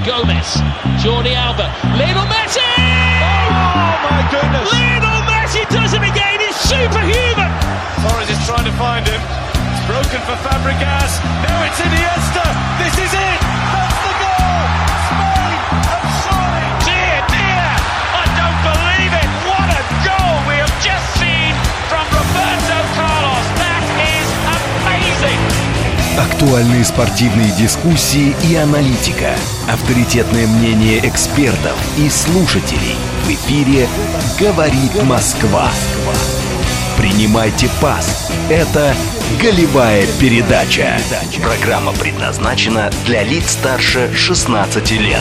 Gomez, Jordi Alba, Lionel Messi! Oh my goodness! Lionel Messi does it again, he's superhuman! Torres is trying to find him, it's broken for Fabregas, now it's Iniesta, this is it! That's the goal! Spain have surely! Dear, dear, I don't believe it! What a goal we have just seen from Roberto Carlos, that is amazing! Актуальные спортивные дискуссии и аналитика. Авторитетное мнение экспертов и слушателей. В эфире «Говорит Москва». Принимайте пас. Это «Голевая передача». Программа предназначена для лиц старше 16 лет.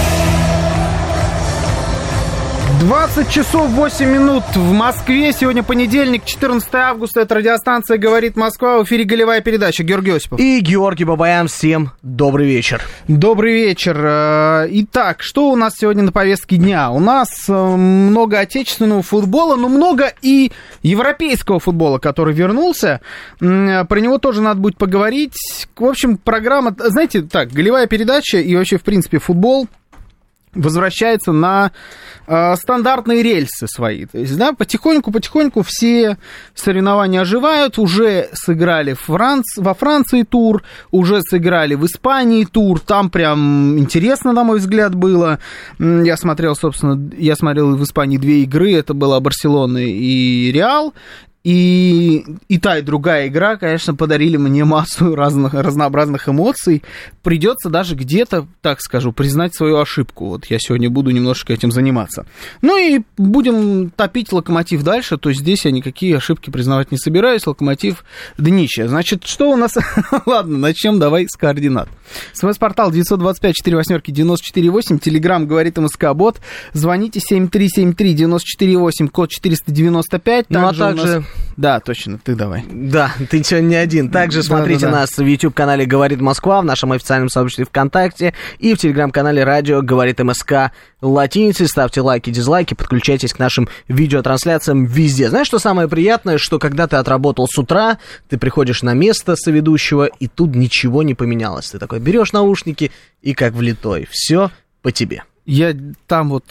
20 часов 8 минут в Москве. Сегодня понедельник, 14 августа. Это радиостанция «Говорит Москва». В эфире «Голевая передача». Георгий Осипов. И Георгий Бабаян. Всем добрый вечер. Добрый вечер. Итак, что у нас сегодня на повестке дня? У нас много отечественного футбола, но много и европейского футбола, который вернулся. Про него тоже надо будет поговорить. В общем, программа... Знаете, так, «Голевая передача» и вообще, в принципе, футбол возвращается на стандартные рельсы свои. То есть, да, потихоньку все соревнования оживают. Уже сыграли во Франции тур, уже сыграли в Испании тур. Там прям интересно, на мой взгляд, было. Я смотрел в Испании 2 игры. Это была Барселона и Реал. И та, и другая игра, конечно, подарили мне массу разнообразных эмоций. Придется даже где-то, так скажу, признать свою ошибку. Вот я сегодня буду немножечко этим заниматься. Ну и будем топить «Локомотив» дальше. То есть здесь я никакие ошибки признавать не собираюсь. «Локомотив» днище. Значит, что у нас... Ладно, начнем давай с координат. СМС-портал 925-48-94-8. Телеграм «Говорит МСК-бот». Звоните 7373-94-8, код 495. Ну, а также... Да, точно, ты давай. Да, ты сегодня не один. Также смотрите нас в YouTube-канале «Говорит Москва», в нашем официальном сообществе ВКонтакте и в Телеграм-канале «Радио Говорит МСК» латиницей. Ставьте лайки, дизлайки, подключайтесь к нашим видеотрансляциям везде. Знаешь, что самое приятное? Что когда ты отработал с утра, ты приходишь на место соведущего, и тут ничего не поменялось. Ты такой берешь наушники и как влитой. Все по тебе. Я там вот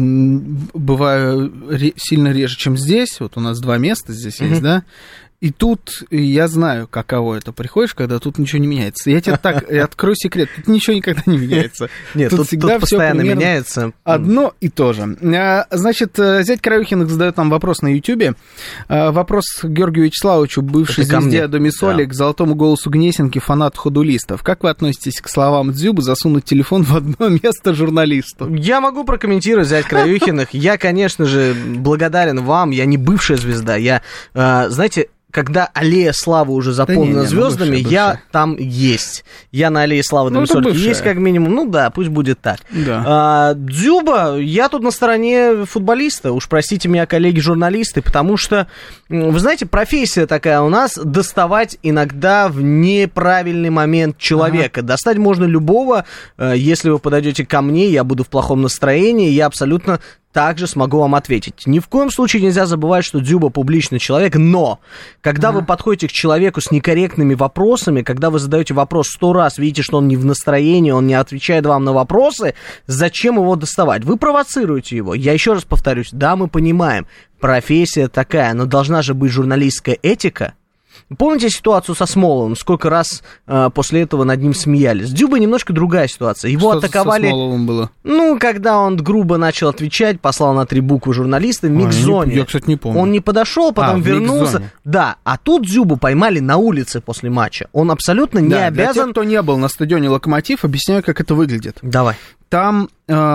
бываю сильно реже, чем здесь. Вот у нас 2 места здесь есть, да? И тут я знаю, каково это. Приходишь, когда тут ничего не меняется. Я тебе так открою секрет. Тут ничего никогда не меняется. Нет, тут всегда постоянно меняется. Одно и то же. Значит, зять Краюхиных задает нам вопрос на Ютьюбе. Вопрос к Георгию Вячеславовичу, бывший звезде Домисоли, к золотому голосу Гнесинки, фанат ходулистов. Как вы относитесь к словам Дзюбы засунуть телефон в одно место журналисту? Я могу прокомментировать зять Краюхиных. Я, конечно же, благодарен вам. Я не бывшая звезда. Я, знаете... Когда аллея славы уже заполнена звездами, я там есть. Я на аллее славы Домисольки есть как минимум. Ну да, пусть будет так. Да. Дзюба, я тут на стороне футболиста. Уж простите меня, коллеги-журналисты, потому что, вы знаете, профессия такая у нас — доставать иногда в неправильный момент человека. Достать можно любого. Если вы подойдете ко мне, я буду в плохом настроении, я абсолютно... также смогу вам ответить. Ни в коем случае нельзя забывать, что Дзюба публичный человек, но когда вы подходите к человеку с некорректными вопросами, когда вы задаете вопрос 100 раз, видите, что он не в настроении, он не отвечает вам на вопросы, зачем его доставать? Вы провоцируете его. Я еще раз повторюсь, да, мы понимаем, профессия такая, но должна же быть журналистская этика. Помните ситуацию со Смоловым? Сколько раз после этого над ним смеялись? С Дзюбой немножко другая ситуация. Его атаковали... Что со Смоловым было? Ну, когда он грубо начал отвечать, послал на 3 буквы журналиста в микс-зоне. Я, кстати, не помню. Он не подошел, потом вернулся. Да, а тут Дзюбу поймали на улице после матча. Он абсолютно не обязан... Для тех, кто не был на стадионе «Локомотив», объясняю, как это выглядит. Давай. Там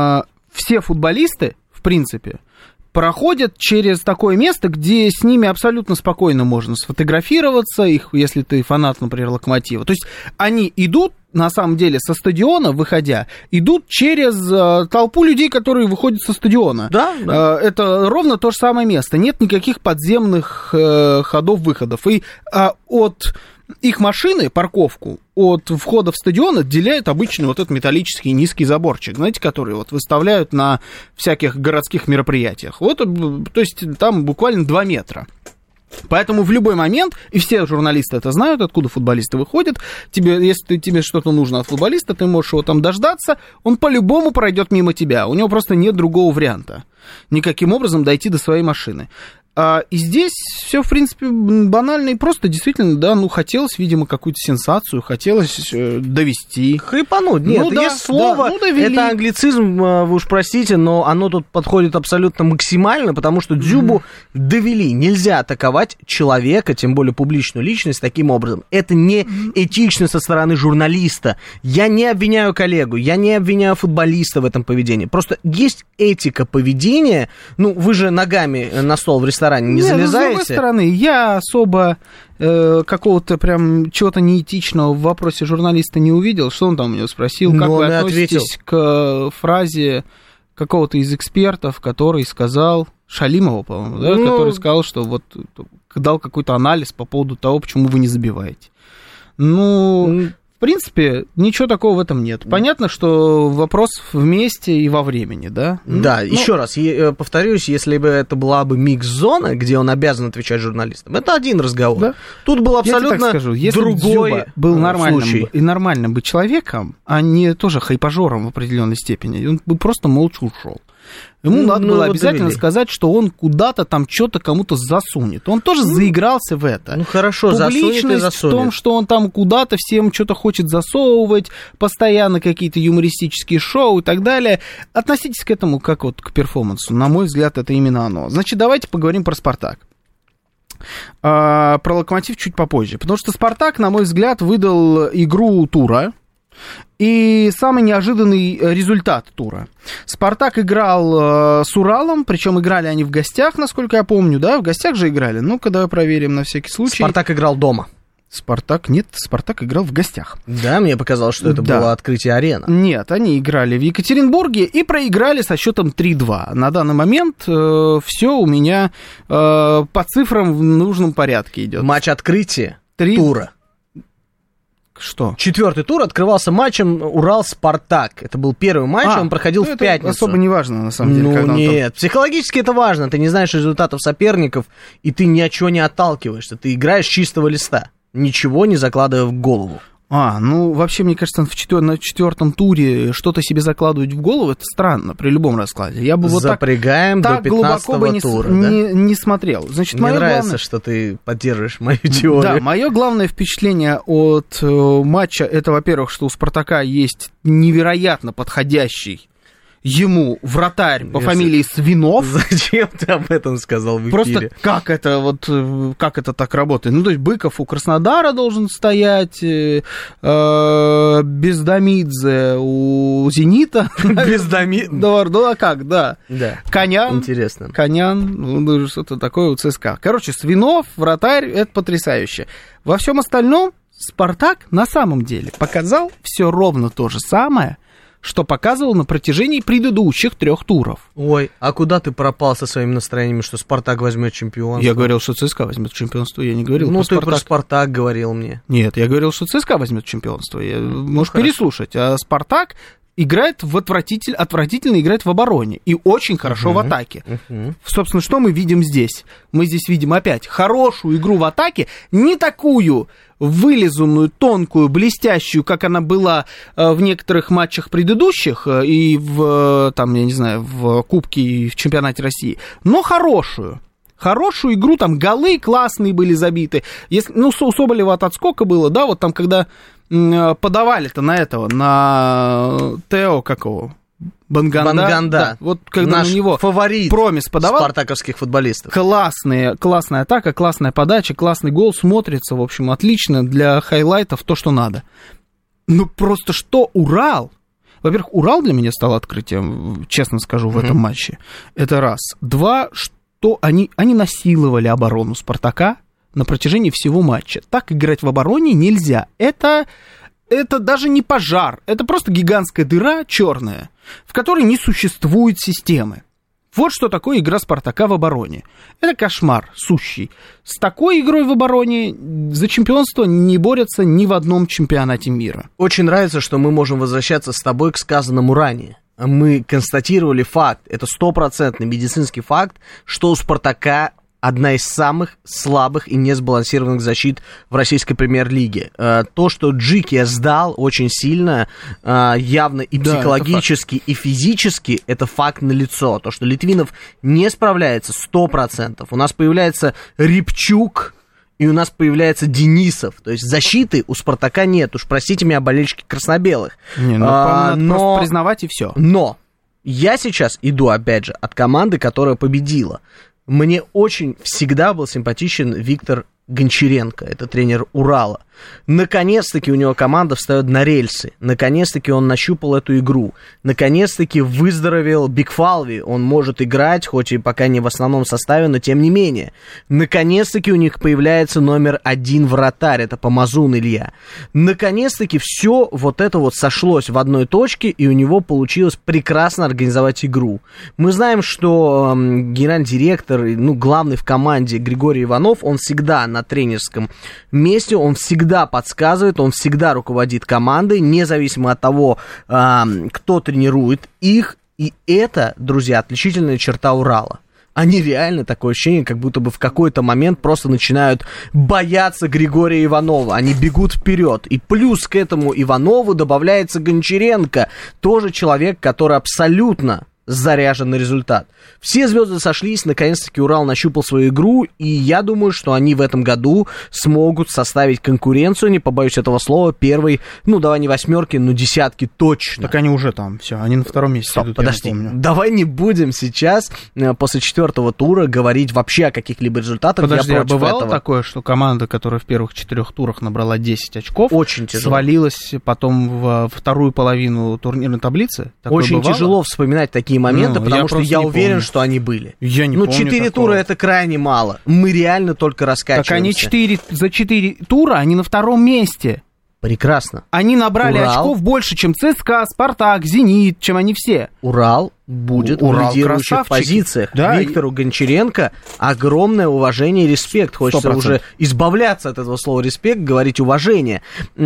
все футболисты, в принципе... проходят через такое место, где с ними абсолютно спокойно можно сфотографироваться, их, если ты фанат, например, «Локомотива». То есть они идут, на самом деле, со стадиона, выходя, идут через толпу людей, которые выходят со стадиона. Да, да. Это ровно то же самое место. Нет никаких подземных ходов-выходов. И от их машины, парковку, от входа в стадион отделяет обычный вот этот металлический низкий заборчик, знаете, который вот выставляют на всяких городских мероприятиях. Вот, то есть там буквально 2 метра. Поэтому в любой момент, и все журналисты это знают, откуда футболисты выходят, если тебе что-то нужно от футболиста, ты можешь его там дождаться, он по-любому пройдет мимо тебя, у него просто нет другого варианта, никаким образом дойти до своей машины. И здесь все, в принципе, банально и просто. Действительно, да, хотелось, видимо, какую-то сенсацию, хотелось довести. Хайпануть. Нет, есть слово, это англицизм, вы уж простите, но оно тут подходит абсолютно максимально, потому что Дзюбу довели. Нельзя атаковать человека, тем более публичную личность, таким образом. Это не этично со стороны журналиста. Я не обвиняю коллегу, я не обвиняю футболиста в этом поведении. Просто есть этика поведения. Вы же ногами на стол в ресторане не залезаете? С другой стороны, я особо какого-то прям чего-то неэтичного в вопросе журналиста не увидел. Что он там у него спросил? Как вы относитесь к фразе какого-то из экспертов, который сказал, Шалимова, по-моему, да, который сказал, что вот дал какой-то анализ по поводу того, почему вы не забиваете. В принципе, ничего такого в этом нет. Понятно, что вопрос в месте и во времени, да? Да, еще раз, повторюсь, если бы это была бы микс-зона, где он обязан отвечать журналистам, это один разговор. Да? Тут был абсолютно другой Дзюба был нормальным случай. И нормальным бы человеком, а не тоже хайпажором в определенной степени. Он бы просто молча ушел. Ему надо было обязательно сказать, что он куда-то там что-то кому-то засунет. Он тоже заигрался в это. Хорошо, засунет и засунет. В том, что он там куда-то всем что-то хочет засовывать, постоянно какие-то юмористические шоу и так далее. Относитесь к этому как вот к перформансу. На мой взгляд, это именно оно. Значит, давайте поговорим про «Спартак». Про «Локомотив» чуть попозже. Потому что «Спартак», на мой взгляд, выдал игру тура. И самый неожиданный результат тура. «Спартак» играл с «Уралом», причем играли они в гостях, насколько я помню, да? В гостях же играли. Ну-ка, давай проверим на всякий случай. «Спартак» играл дома. «Спартак» играл в гостях. Да, мне показалось, что это было открытие арены. Нет, они играли в Екатеринбурге и проиграли со счетом 3-2. На данный момент все у меня по цифрам в нужном порядке идет. Матч открытия тура. Что? 4-й тур открывался матчем Урал-Спартак. Это был первый матч, он проходил в пятницу. Особо не важно, на самом деле. Нет, психологически это важно. Ты не знаешь результатов соперников, и ты ни от чего не отталкиваешься. Ты играешь с чистого листа, ничего не закладывая в голову. Вообще, мне кажется, на 4-м туре что-то себе закладывать в голову, это странно при любом раскладе. Я бы запрягаем так до 15-го тура, не смотрел. Значит, мне нравится, что ты поддерживаешь мою теорию. Да, мое главное впечатление от матча, это, во-первых, что у «Спартака» есть невероятно подходящий ему вратарь по фамилии Свинов. Зачем ты об этом сказал в эфире? Просто как это так работает? То есть Быков у Краснодара должен стоять, Бездомидзе у Зенита. Бездомидзе? Да. Конян. Интересно. Конян, что-то такое у ЦСКА. Короче, Свинов, вратарь, это потрясающе. Во всем остальном «Спартак» на самом деле показал все ровно то же самое, что показывал на протяжении предыдущих 3 туров. Ой, а куда ты пропал со своими настроениями, что «Спартак» возьмет чемпионство? Я говорил, что ЦСКА возьмет чемпионство, я не говорил про «Спартак». Ты про «Спартак» говорил мне. Нет, я говорил, что ЦСКА возьмет чемпионство. Можешь переслушать. А «Спартак» играет отвратительно играет в обороне и очень хорошо в атаке. Собственно, что мы видим здесь? Мы здесь видим опять хорошую игру в атаке, не такую вылизанную, тонкую, блестящую, как она была в некоторых матчах предыдущих и в Кубке и в чемпионате России, но хорошую игру, там голы классные были забиты. У Соболева от отскока было, да, вот там, когда подавали-то на Тео какого? Банганда. Да. Вот когда наш на него фаворит Промис подавал. Спартаковских футболистов. Классная атака, классная подача, классный гол, смотрится, в общем, отлично для хайлайтов, то, что надо. Просто что Урал? Во-первых, Урал для меня стал открытием, честно скажу, в этом матче. Это раз. 2, что они насиловали оборону «Спартака» на протяжении всего матча. Так играть в обороне нельзя. Это даже не пожар, это просто гигантская дыра черная, в которой не существует системы. Вот что такое игра «Спартака» в обороне. Это кошмар сущий. С такой игрой в обороне за чемпионство не борются ни в одном чемпионате мира. Очень нравится, что мы можем возвращаться с тобой к сказанному ранее. Мы констатировали факт, это 100% медицинский факт, что у «Спартака» одна из самых слабых и несбалансированных защит в российской премьер-лиге. То, что Джики сдал очень сильно, явно и психологически, и физически, это факт налицо. То, что Литвинов не справляется 100%. У нас появляется Рябчук, и у нас появляется Денисов. То есть защиты у «Спартака» нет. Уж простите меня, болельщики красно-белых. Надо просто признавать, и все. Но я сейчас иду, опять же, от команды, которая победила. Мне очень всегда был симпатичен Виктор Гончаренко, это тренер Урала. Наконец-таки у него команда встает на рельсы. Наконец-таки он нащупал эту игру. Наконец-таки выздоровел Бигфалви. Он может играть, хоть и пока не в основном составе, но тем не менее. Наконец-таки у них появляется номер 1 вратарь. Это Помазун Илья. Наконец-таки все вот это вот сошлось в одной точке, и у него получилось прекрасно организовать игру. Мы знаем, что генеральный директор, главный в команде Григорий Иванов, он всегда на тренерском месте, он всегда подсказывает, он всегда руководит командой, независимо от того, кто тренирует их. И это, друзья, отличительная черта Урала. Они реально, такое ощущение, как будто бы в какой-то момент просто начинают бояться Григория Иванова. Они бегут вперед. И плюс к этому Иванову добавляется Гончаренко, тоже человек, который абсолютно заряжен на результат. Все звезды сошлись, наконец-таки Урал нащупал свою игру, и я думаю, что они в этом году смогут составить конкуренцию, не побоюсь этого слова, первой, давай не 8, но 10 точно. Так они уже там, все, они на 2-м месте идут, подожди, давай не будем сейчас, после 4-го тура, говорить вообще о каких-либо результатах. Подожди, я бывало этого такое, что команда, которая в первых 4 турах набрала 10 очков, очень тяжело, свалилась потом в вторую половину турнирной таблицы? Такое очень бывало? Тяжело вспоминать такие моменты, потому что я уверен, что они были. Я не помню 4 тура это крайне мало. Мы реально только раскачиваемся. Так они за 4 тура, они на 2-м месте. Прекрасно. Они набрали очков больше, чем ЦСКА, Спартак, Зенит, чем они все. Урал будет в лидирующих позициях. Да. Виктору Гончаренко огромное уважение и респект. Хочется 100%. Уже избавляться от этого слова респект, говорить уважение.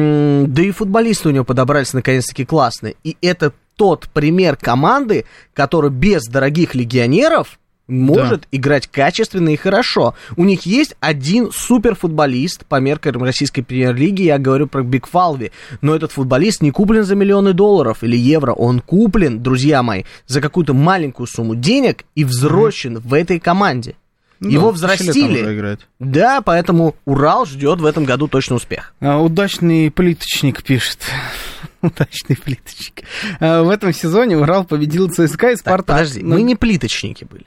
Да и футболисты у него подобрались наконец-таки классные. И это тот пример команды, который без дорогих легионеров может играть качественно и хорошо. У них есть один суперфутболист по меркам российской премьер-лиги, я говорю про Бигфалви, но этот футболист не куплен за миллионы долларов или евро, он куплен, друзья мои, за какую-то маленькую сумму денег и взращен в этой команде. Его взрастили. Да, поэтому Урал ждет в этом году точно успех. Удачный плиточник пишет. Удачный плиточник. В этом сезоне Урал победил ЦСКА и Спартак. Подожди, мы не плиточники были.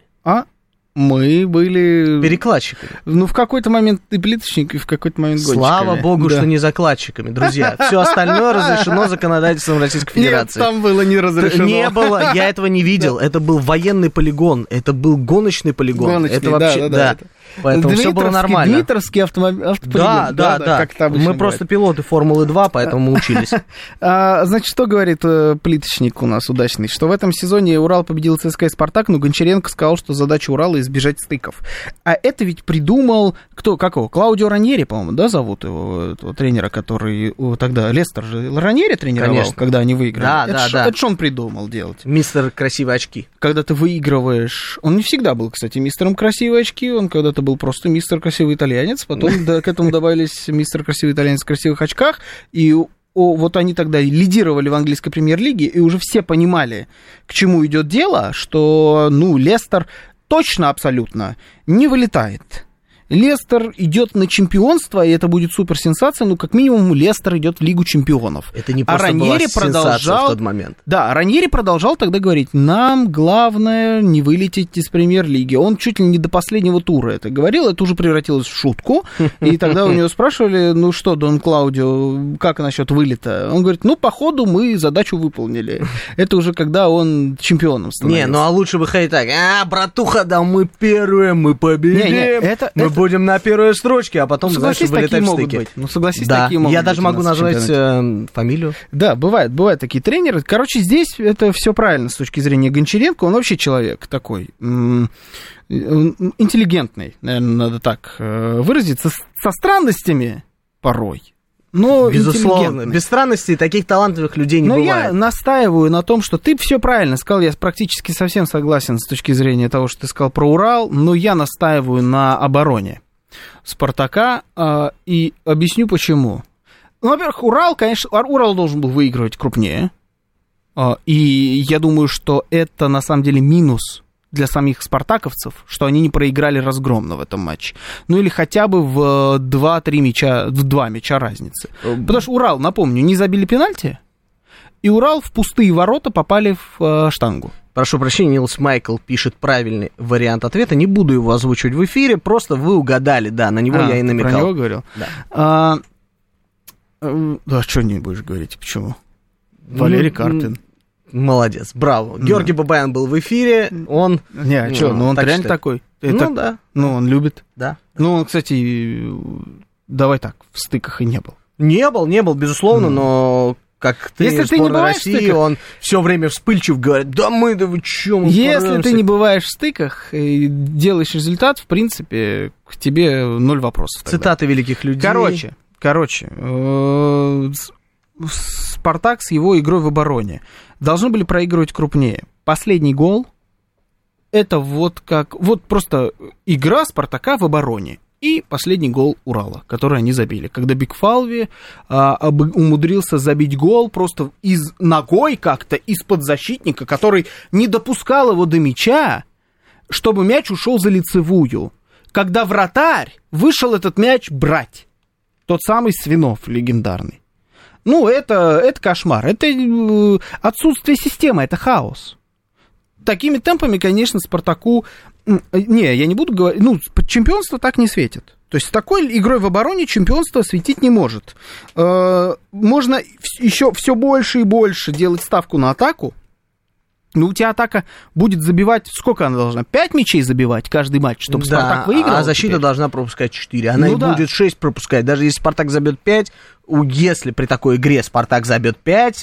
Мы были... перекладчиками. В какой-то момент ты плиточник, и в какой-то момент гонщиками. Слава богу, что не закладчиками, друзья. Все остальное разрешено законодательством Российской Федерации. Нет, там было не разрешено. Не было, я этого не видел. Это был военный полигон, это был гоночный полигон. Гоночный, это вообще, да. Поэтому все было нормально. Дмитровский автополигон. Да. Мы просто пилоты Формулы-2, поэтому мы учились. Значит, что говорит плиточник у нас удачный? Что в этом сезоне Урал победил ЦСКА и Спартак, но Гончаренко сказал, что задача Урала избежать стыков. А это ведь придумал Клаудио Раньери, по-моему, да, зовут его, этого тренера, который тогда Лестер же Раньери тренировал, конечно, когда они выиграли. Это что он придумал делать? Мистер красивые очки. Когда ты выигрываешь... Он не всегда был, кстати, мистером красивые очки, он когда-то был просто мистер красивый итальянец, потом к этому добавились мистер красивый итальянец в красивых очках, и вот они тогда лидировали в английской премьер-лиге, и уже все понимали, к чему идет дело, что, Лестер точно абсолютно не вылетает. Лестер идет на чемпионство, и это будет суперсенсация, как минимум Лестер идет в Лигу чемпионов. Это не просто была сенсация в тот момент. Да, Раньери продолжал тогда говорить, нам главное не вылететь из премьер-лиги. Он чуть ли не до последнего тура это говорил, это уже превратилось в шутку. И тогда у него спрашивали, что, Дон Клаудио, как насчет вылета? Он говорит, походу мы задачу выполнили. Это уже когда он чемпионом становился. А лучше бы ходить так, братуха, да мы первые, мы победим. Будем на первой строчке, а потом дальше вылетать в стыки. Согласись, такие могут быть. Я даже могу назвать фамилию. Да, бывают такие тренеры. Короче, здесь это все правильно с точки зрения Гончаренко. Он вообще человек такой интеллигентный, наверное, надо так выразиться, со странностями порой. но безусловно. Без странностей таких талантливых людей не бывает. Но я настаиваю на том, что ты все правильно сказал, я практически совсем согласен с точки зрения того, что ты сказал про Урал, но я настаиваю на обороне Спартака, и объясню почему. Ну, во-первых, Урал должен был выигрывать крупнее, и я думаю, что это на самом деле минус для самих спартаковцев, что они не проиграли разгромно в этом матче. Ну или хотя бы в 2 мяча разницы. Потому что Урал, напомню, не забили пенальти, и Урал в пустые ворота попали в штангу. Прошу прощения, Нилс Майкл пишет правильный вариант ответа. Не буду его озвучивать в эфире, просто вы угадали, да, на него я и намекал. Про него говорил? Да. Да, что не будешь говорить, почему? Валерий Карпин. Молодец, браво. Георгий Бабаян был в эфире, он... Не, что, он реально считает. Такой? Да. Ну, он любит. Да. Ну, он, кстати, давай так, в стыках и не был. Не был, безусловно, но... Как ты, если ты не бываешь России, в стыках, он все время вспыльчив говорит, да вы чё, мы если поражаемся. Ты не бываешь в стыках и делаешь результат, в принципе, к тебе 0 вопросов. Тогда. Цитаты великих людей. Короче, Спартак с его игрой в обороне должны были проигрывать крупнее. Последний гол, это вот просто игра Спартака в обороне. И последний гол Урала, который они забили. Когда Бигфалви умудрился забить гол просто ногой как-то из-под защитника, который не допускал его до мяча, чтобы мяч ушел за лицевую. Когда вратарь вышел этот мяч брать. Тот самый Свинов легендарный. Ну, это кошмар. Это отсутствие системы, это хаос. Такими темпами, конечно, Спартаку... Не, я не буду говорить... Ну, чемпионство так не светит. То есть с такой игрой в обороне чемпионство светить не может. Можно еще все больше и больше делать ставку на атаку. Но у тебя атака будет забивать... Сколько она должна? 5 мячей забивать каждый матч, чтобы Спартак выиграл? А защита должна пропускать 4. Она будет 6 пропускать. Даже если Спартак забьет 5... Если при такой игре Спартак забьет 5,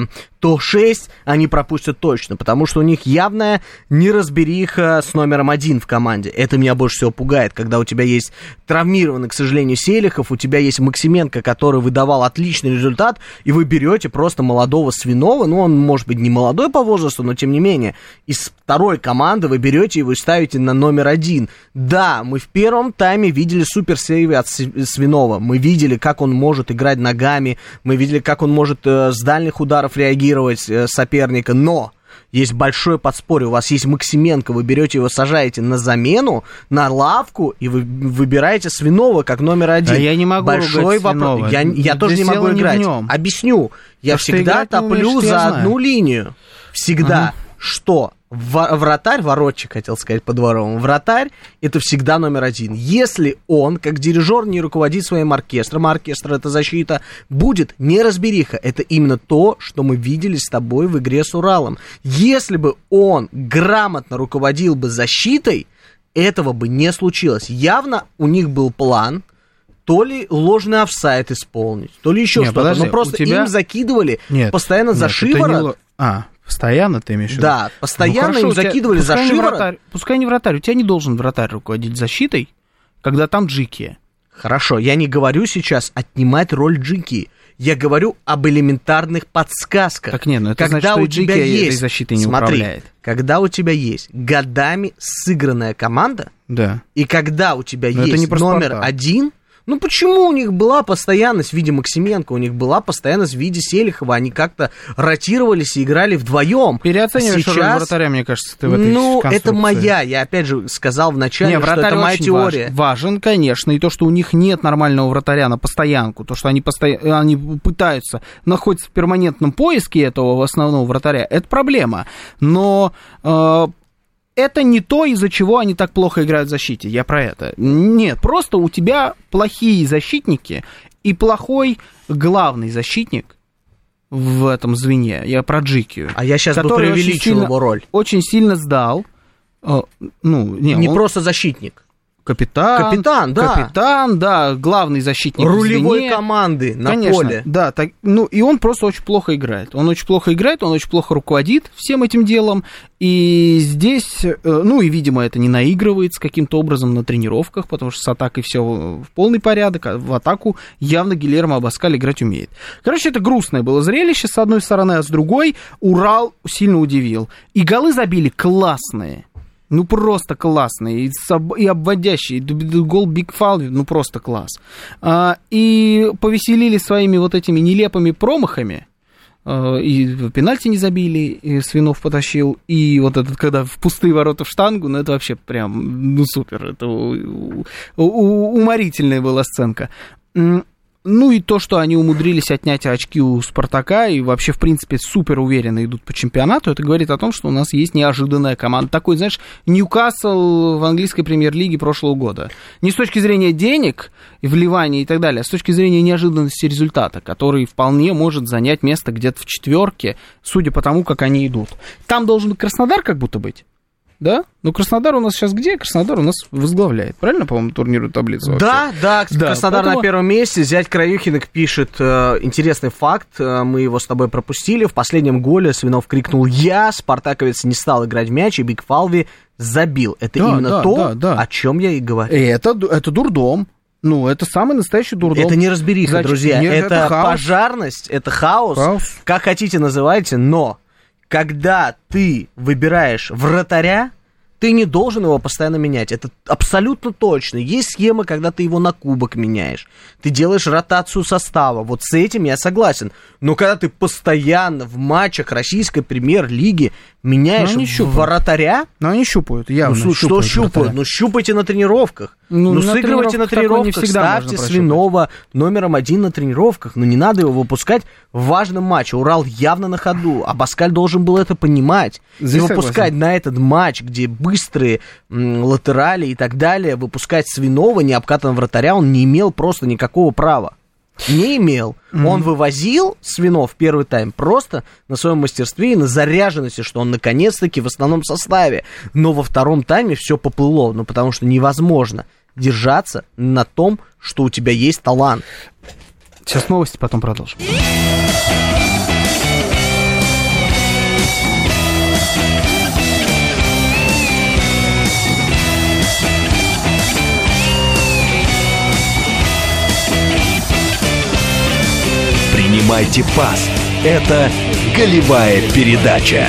то 6 они пропустят точно, потому что у них явная неразбериха с номером 1 в команде. Это меня больше всего пугает, когда у тебя есть травмированный, к сожалению, Селихов, у тебя есть Максименко, который выдавал отличный результат, и вы берете просто молодого Свинова, ну, он, может быть, не молодой по возрасту, но, тем не менее, из второй команды вы берете его и ставите на номер 1. Да, мы в первом тайме видели суперсейвы от Свинова, мы видели, как он может играть ногами, мы видели, как он может с дальних ударов реагировать соперника, но есть большое подспорье, у вас есть Максименко, вы берете его, сажаете на замену, на лавку, и вы выбираете Свинова как номер 1. А я не могу большой вопрос. Я тоже не могу играть. Объясню. Я всегда топлю за одну линию. Всегда. Что? Вратарь, воротчик, хотел сказать по-дворовому, вратарь — это всегда номер 1. Если он, как дирижер, не руководит своим оркестром, а оркестр — это защита, будет неразбериха. Это именно то, что мы видели с тобой в игре с Уралом. Если бы он грамотно руководил бы защитой, этого бы не случилось. Явно у них был план то ли ложный офсайд исполнить, то ли еще что-то. Подожди, но просто им закидывали постоянно за шиворот. Постоянно ты имеешь в виду? Да, постоянно им закидывали за шиворот. Пускай не вратарь, у тебя не должен вратарь руководить защитой, когда там Джики. Хорошо, я не говорю сейчас отнимать роль Джики. Я говорю об элементарных подсказках. Так нет, ну это когда значит, что у тебя есть, этой защитой не управляет. Когда у тебя есть годами сыгранная команда, да. И когда у тебя есть номер 1, ну почему у них была постоянность в виде Максименко, у них была постоянность в виде Селихова, они как-то ротировались и играли вдвоем. Переоцениваешь роль вратаря, мне кажется, ты в этой конструкции. Это моя, я опять же сказал вначале, что это моя теория. Важен, конечно, и то, что у них нет нормального вратаря на постоянку, то, что они пытаются, находятся в перманентном поиске этого основного вратаря, это проблема. Но... это не то, из-за чего они так плохо играют в защите. Я про это. Нет, просто у тебя плохие защитники и плохой главный защитник в этом звене. Я про Джикию. А я сейчас бы преувеличил его роль. Очень сильно сдал. Не просто защитник. Капитан, да, главный защитник рулевой команды на поле. Да, так, ну и он просто очень плохо играет. Он очень плохо руководит всем этим делом. И здесь, ну и, видимо, это не наигрывается каким-то образом на тренировках, потому что с атакой все в полный порядок, а в атаку явно Гильермо Абаскаль играть умеет. Короче, это грустное было зрелище, с одной стороны, а с другой Урал сильно удивил. И голы забили классные. Ну, просто классный, и обводящий, гол Биг Фалви, ну, просто класс. И повеселили своими вот этими нелепыми промахами, и пенальти не забили, и Свинов потащил, и вот этот, когда в пустые ворота в штангу, ну, это вообще прям, ну, супер, это уморительная была сценка. Ну и то, что они умудрились отнять очки у Спартака и вообще, в принципе, супер уверенно идут по чемпионату, это говорит о том, что у нас есть неожиданная команда. Такой, знаешь, Ньюкасл в английской премьер-лиге прошлого года. Не с точки зрения денег, вливания и так далее, а с точки зрения неожиданности результата, который вполне может занять место где-то в четверке, судя по тому, как они идут. Там должен быть Краснодар как будто быть. Да? Ну, Краснодар у нас сейчас где? Краснодар у нас возглавляет, правильно, по-моему, турнирную таблицу? Да, Краснодар поэтому... на первом месте. Зять Краюхиных пишет интересный факт, мы его с тобой пропустили. В последнем голе Свинов крикнул «Я!», спартаковец не стал играть в мяч, и Биг Фалви забил. Это именно о чем я и говорю. Это дурдом. Ну, это самый настоящий дурдом. Это не разбериха, друзья. Это пожарность, это хаос. Как хотите называйте, но... Когда ты выбираешь вратаря, ты не должен его постоянно менять. Это абсолютно точно. Есть схема, когда ты его на кубок меняешь. Ты делаешь ротацию состава. Вот с этим я согласен. Но когда ты постоянно в матчах российской премьер-лиги меняешь вратаря... Ну, они щупают, явно. Ну, что щупают? Ну, щупайте на тренировках. Ну, сыгрывайте на тренировках, ставьте Свинова номером 1 на тренировках. Но не надо его выпускать в важном матче. Урал явно на ходу. Абаскаль должен был это понимать. Не выпускать на этот матч, где быстрые латерали и так далее, выпускать Свинова, не обкатанного вратаря, он не имел просто никакого права. Не имел. Он вывозил Свинов в первый тайм просто на своем мастерстве и на заряженности, что он наконец-таки в основном составе. Но во втором тайме все поплыло, ну потому что невозможно держаться на том, что у тебя есть талант. Сейчас новости, потом продолжим. Принимайте пас. Это голевая передача.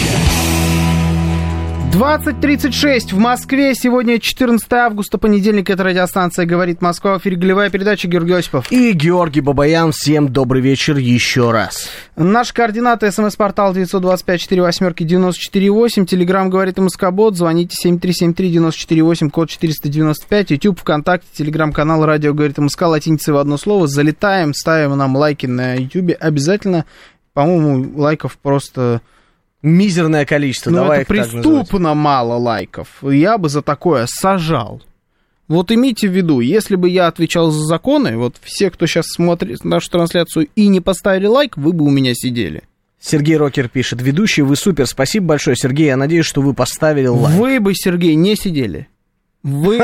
20:36 в Москве. Сегодня 14 августа, понедельник. Это радиостанция «Говорит Москва». В эфире голевая передача. Георгий Осипов. И Георгий Бабаян. Всем добрый вечер еще раз. Наши координаты. СМС-портал 925-48-94-8. Телеграм «Говорит МСК-бот». Звоните 7373-94-8, код 495. Ютуб, ВКонтакте, телеграм-канал «Радио Говорит МСК». Латиницей в одно слово. Залетаем, ставим нам лайки на Ютубе. Обязательно, по-моему, лайков просто... Мизерное количество. Ну, это преступно мало лайков. Я бы за такое сажал. Вот имейте в виду, если бы я отвечал за законы, вот все, кто сейчас смотрит нашу трансляцию и не поставили лайк, вы бы у меня сидели. Свергей Рокер пишет: ведущий, вы супер, спасибо большое, Сергей, я надеюсь, что вы поставили лайк. Вы бы, Сергей, не сидели. Вы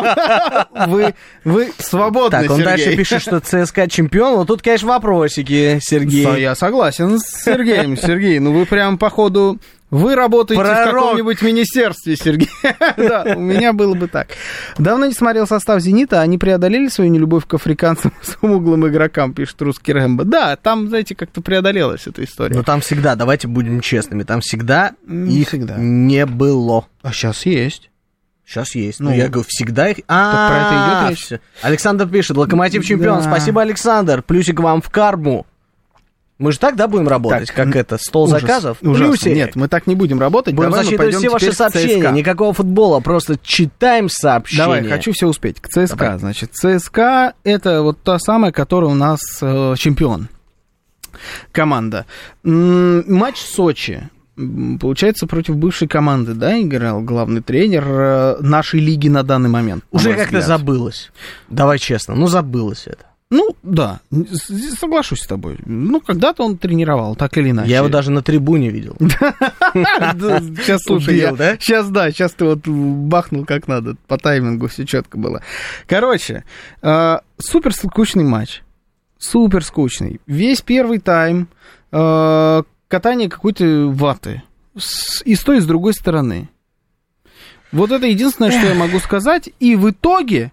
свободны, так, он Сергей. Дальше пишет, что ЦСКА чемпион. Вот тут, конечно, вопросики, Сергей. Да, я согласен с Сергеем. Сергей, ну вы прям, походу, вы работаете в каком-нибудь министерстве, Сергей. Да, у меня было бы так. Давно не смотрел состав «Зенита». Они преодолели свою нелюбовь к африканцам с смуглым игрокам, пишет русский Рэмбо. Да, там, знаете, как-то преодолелась эта история. Но там всегда, давайте будем честными, там всегда их не было. А сейчас есть. Сейчас есть. Ну, я говорю, всегда их... Про это идет речь. Alexander пишет: Локомотив чемпион. Да. Спасибо, Александр. Плюсик вам в карму. Мы же так, да, будем работать? Так, как это, стол заказов? Плюсик. Нет, мы так не будем работать. Будем зачитывать все ваши сообщения. Никакого футбола, просто читаем сообщения. Давай, хочу все успеть. К ЦСКА. Давай. Значит, ЦСКА — это вот та самая, которая у нас чемпион. Команда. Матч в Сочи. Получается, против бывшей команды, да, играл главный тренер нашей лиги на данный момент. Уже как-то забылось. Давай честно, забылось это. Ну, да, соглашусь с тобой. Ну, когда-то он тренировал, так или иначе. Я его даже на трибуне видел. Сейчас, слушай, сейчас ты вот бахнул как надо, по таймингу все четко было. Короче, супер скучный матч. Супер скучный. Весь первый тайм катание какой-то ваты. И с той, и с другой стороны. Вот это единственное, что я могу сказать. И в итоге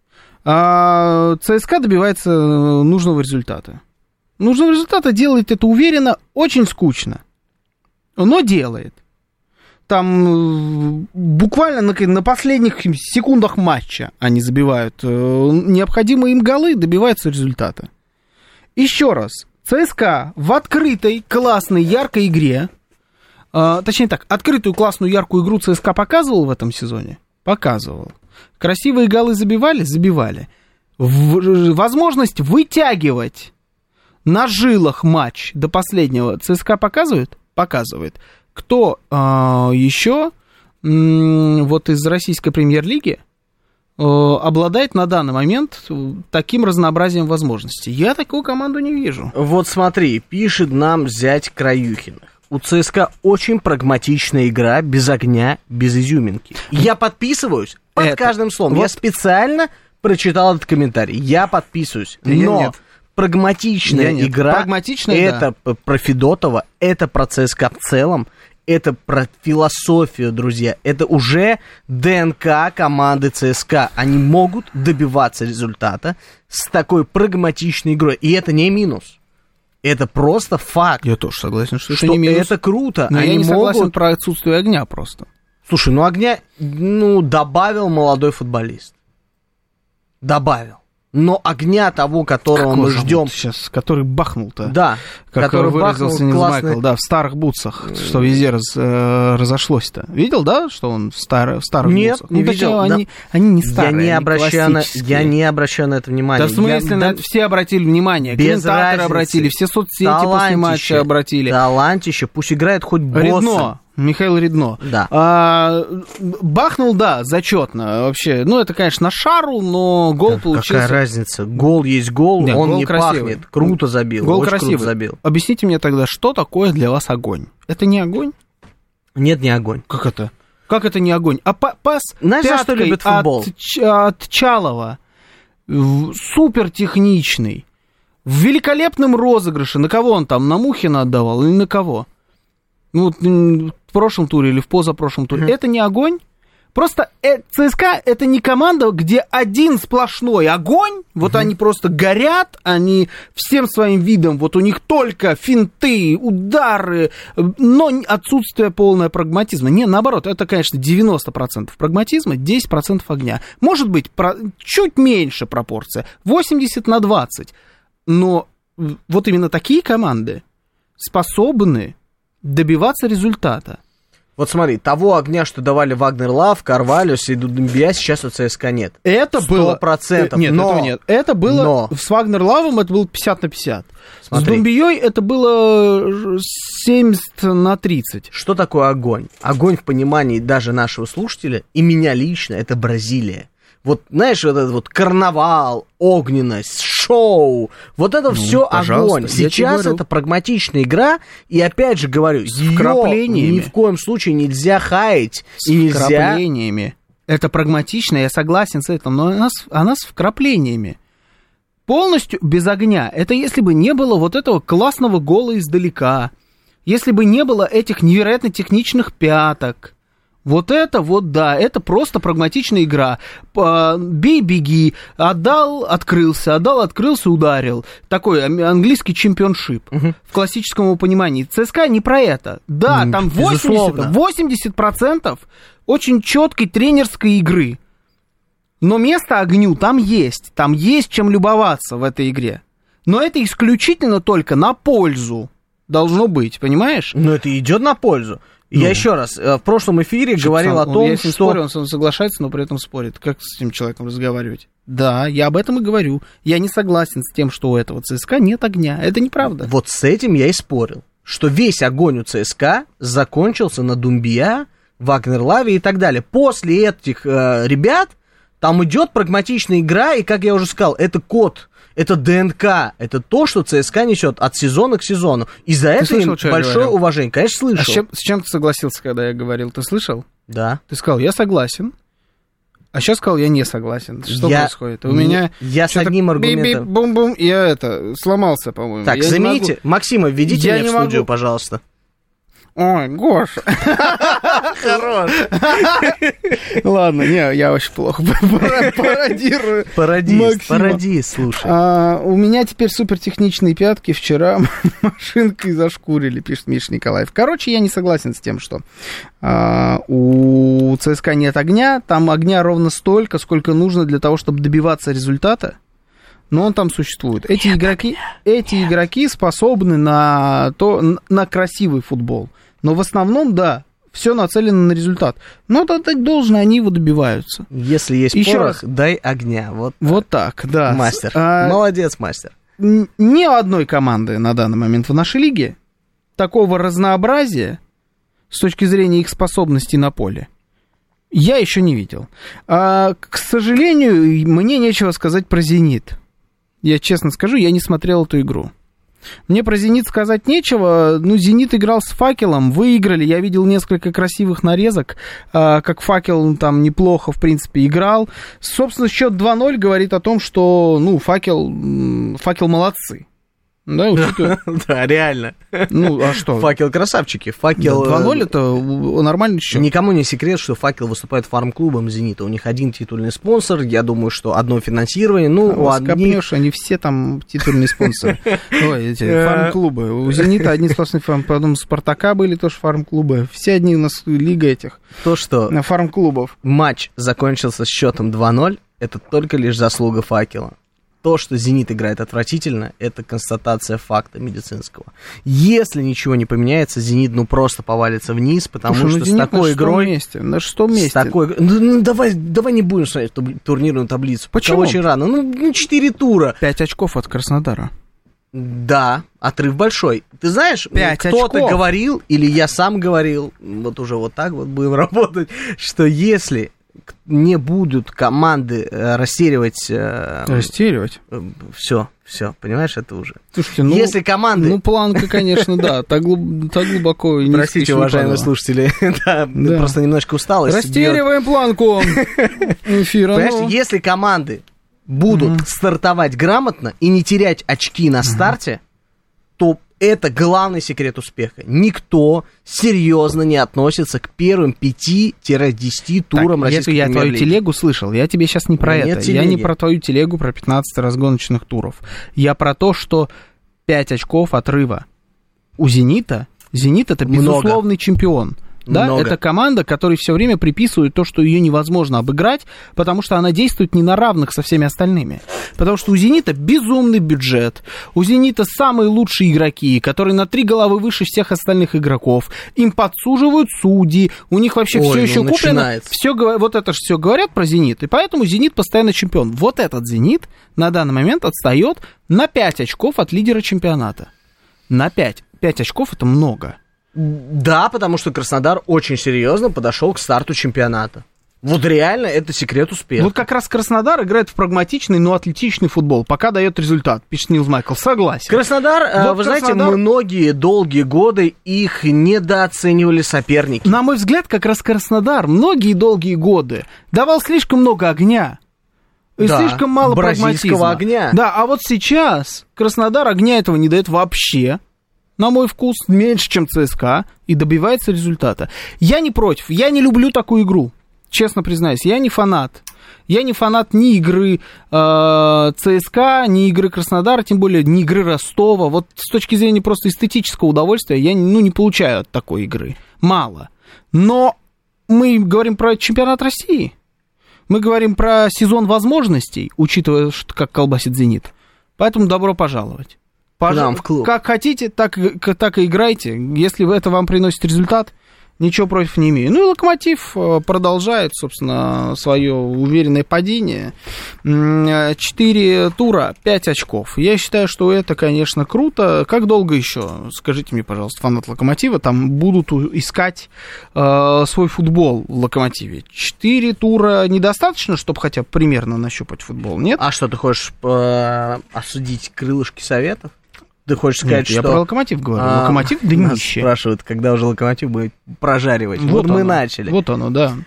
ЦСКА добивается нужного результата. Нужного результата, делает это уверенно, очень скучно. Но делает. Там буквально на последних секундах матча они забивают необходимые им голы, добиваются результата. Еще раз. ЦСКА в открытой, классной, яркой игре, точнее так, открытую, классную, яркую игру ЦСКА показывал в этом сезоне? Показывал. Красивые голы забивали? Забивали. Возможность вытягивать на жилах матч до последнего ЦСКА показывает? Показывает. Кто еще вот из российской премьер-лиги обладает на данный момент таким разнообразием возможностей? Я такую команду не вижу. Вот смотри, пишет нам зять Краюхиных. У ЦСКА очень прагматичная игра, без огня, без изюминки. Я подписываюсь под каждым словом. Вот. Я специально прочитал этот комментарий. Я подписываюсь. Но прагматичная игра, это про Федотова, это про ЦСКА в целом, это про философию, друзья. Это уже ДНК команды ЦСКА. Они могут добиваться результата с такой прагматичной игрой. И это не минус. Это просто факт. Я тоже согласен, что это не минус. Это круто. Но я не согласен про отсутствие огня просто. Слушай, огня, добавил молодой футболист. Добавил. Но огня того, которого мы ждем сейчас, который бахнул-то. Да. Как выразился Нилс Майкл, да, в старых бутсах, что везде разошлось-то. Видел, да, что он в старых Нет, бутсах? Не видел. Они не старые, я не обращаю на это внимания. Да в смысле, все обратили внимание. Комментаторы обратили, все соцсети после матча обратили. Талантище, пусть играет хоть боссом. Михаил Редно. Да. Бахнул, да, зачетно вообще. Это, конечно, на шару, но гол получился. Какая разница? Гол есть гол, он гол не красивый. Пахнет. Круто забил. Гол очень красивый. Круто забил. Объясните мне тогда, что такое для вас огонь? Это не огонь? Нет, не огонь. Как это? Как это не огонь? А пас знаешь, за что любит футбол? От Чалова. Супер техничный. В великолепном розыгрыше. На кого он там? На Мухина отдавал или на кого? В прошлом туре или в позапрошлом туре. Это не огонь. Просто ЦСКА это не команда, где один сплошной огонь. Вот они просто горят, они всем своим видом, вот у них только финты, удары, но отсутствие полного прагматизма. Не, наоборот, это, конечно, 90% прагматизма, 10% огня. Может быть, чуть меньше пропорция, 80/20. Но вот именно такие команды способны добиваться результата. Вот смотри, того огня, что давали Вагнер Лав, Карвальос и Думбия, сейчас у ЦСКА нет. Это 100%. Было... Нет, этого нет. Это было... С Вагнер Лавом это было 50/50. Смотри. С Думбией это было 70/30. Что такое огонь? Огонь в понимании даже нашего слушателя, и меня лично, это Бразилия. Вот, знаешь, вот этот вот карнавал, огненность, шоу, вот это все огонь. Сейчас это прагматичная игра, и опять же говорю, ее ни в коем случае нельзя хаять. С вкраплениями. Это прагматично, я согласен с этим, но она с вкраплениями. Полностью без огня. Это если бы не было вот этого классного гола издалека, если бы не было этих невероятно техничных пяток. Вот это вот, да, это просто прагматичная игра. Бей, беги, отдал, открылся, ударил. Такой английский чемпионшип в классическом его понимании. ЦСКА не про это. Да, там 80% очень четкой тренерской игры. Но место огню там есть чем любоваться в этой игре. Но это исключительно только на пользу должно быть, понимаешь? Но это идет на пользу. Я еще раз, в прошлом эфире говорил о том, что... Спорю, он соглашается, но при этом спорит. Как с этим человеком разговаривать? Да, я об этом и говорю. Я не согласен с тем, что у этого ЦСКА нет огня. Это неправда. Вот с этим я и спорил. Что весь огонь у ЦСКА закончился на Думбия, Вагнер-Лаве и так далее. После этих ребят там идет прагматичная игра, и, как я уже сказал, это код Это ДНК, это то, что ЦСКА несет от сезона к сезону. И за это им большое уважение. Конечно, слышал. А с чем ты согласился, когда я говорил? Ты слышал? Да. Ты сказал, я согласен. А сейчас сказал, я не согласен. Что происходит? У меня... Я с одним аргументом... Бум-бум, я сломался, по-моему. Так, замените. Максима, введите меня в студию, пожалуйста. Ой, Гоша. Хорош. Ладно, я очень плохо пародирую. Пароди, слушай. У меня теперь супертехничные пятки. Вчера машинкой зашкурили, пишет Миша Николаев. Короче, я не согласен с тем, что у ЦСКА нет огня. Там огня ровно столько, сколько нужно для того, чтобы добиваться результата. Но он там существует. Эти игроки способны на красивый футбол. Но в основном, да, все нацелено на результат. Но отдать должное, они его добиваются. Если есть порох, дай огня. Вот так, да. Мастер. Молодец, мастер. Ни у одной команды на данный момент в нашей лиге такого разнообразия с точки зрения их способностей на поле я еще не видел. К сожалению, мне нечего сказать про «Зенит». Я честно скажу, я не смотрел эту игру. Мне про «Зенит» сказать нечего. «Зенит» играл с «Факелом», выиграли. Я видел несколько красивых нарезок, как «Факел» там неплохо, в принципе, играл. Собственно, счет 2-0 говорит о том, что, «Факел» молодцы. Да, да, реально. А что? «Факел» красавчики. «Факел» 2-0 это нормальный счет. Никому не секрет, что «Факел» выступает фарм-клубом «Зенита». У них один титульный спонсор, я думаю, что одно финансирование. Копнешь, они все там титульные спонсоры. Эти фарм-клубы. У «Зенита» одни сплошные фарм-клубы. Потом у «Спартака» были тоже фарм-клубы. Все одни у нас лига этих фарм-клубов. Матч закончился с счетом 2-0. Это только лишь заслуга «Факела». То, что «Зенит» играет отвратительно, это констатация факта медицинского. Если ничего не поменяется, «Зенит» просто повалится вниз, потому что с такой игрой... На шестом месте. Давай не будем смотреть турнирную таблицу. Почему? Очень рано. 4 тура. 5 очков от Краснодара. Да, отрыв большой. Ты знаешь, кто-то говорил, или я сам говорил, уже вот так вот будем работать, что если... не будут команды растеривать... Все, понимаешь, это уже. Слушайте, если команды... планка, конечно, да, так глубоко... Простите, уважаемые слушатели, да, просто немножко усталость. Растериваем планку эфира. Понимаешь, если команды будут стартовать грамотно и не терять очки на старте, то это главный секрет успеха. Никто серьезно не относится к первым 5-10 турам российской премьер-лиги. Я твою телегу слышал. Я тебе сейчас не про это. Я не про твою телегу, про 15 разгоночных туров. Я про то, что 5 очков отрыва у «Зенита». «Зенит» — это безусловный чемпион. Да, это команда, которой все время приписывают то, что ее невозможно обыграть, потому что она действует не на равных со всеми остальными. Потому что у «Зенита» безумный бюджет, у «Зенита» самые лучшие игроки, которые на 3 головы выше всех остальных игроков, им подсуживают судьи, у них вообще все еще куплено. Вот это же все говорят про «Зенит», и поэтому «Зенит» постоянно чемпион. Вот этот «Зенит» на данный момент отстает на 5 очков от лидера чемпионата. На 5. 5 очков — это много. Да, потому что Краснодар очень серьезно подошел к старту чемпионата. Вот реально это секрет успеха. Вот как раз Краснодар играет в прагматичный, но атлетичный футбол. Пока дает результат, пишет Нилс Майкл. Согласен. Краснодар, вы знаете, многие долгие годы их недооценивали соперники. На мой взгляд, как раз Краснодар многие долгие годы давал слишком много огня. И слишком мало прагматизма. Огня. Да, а вот сейчас Краснодар огня этого не дает вообще. На мой вкус, меньше, чем ЦСКА, и добивается результата. Я не против, я не люблю такую игру, честно признаюсь, я не фанат. Я не фанат ни игры ЦСКА, ни игры Краснодара, тем более ни игры Ростова. Вот с точки зрения просто эстетического удовольствия я не получаю от такой игры. Мало. Но мы говорим про чемпионат России. Мы говорим про сезон возможностей, учитывая, как колбасит «Зенит». Поэтому добро пожаловать. Нам в клуб. Как хотите, так и играйте. Если это вам приносит результат, Ничего против не имею. Ну и Локомотив продолжает, собственно, свое уверенное падение. 4 тура, 5 очков. Я считаю, что это, конечно, круто. Как долго еще, скажите мне, пожалуйста, фанат Локомотива, там будут искать свой футбол в Локомотиве? 4 тура недостаточно, чтобы хотя бы примерно нащупать футбол, нет? А что, ты хочешь осудить крылышки Советов? Ты хочешь сказать, Нет, я про Локомотив говорю. Локомотив днище. Спрашивают, когда уже Локомотив будет прожаривать. Вот мы начали. Вот оно,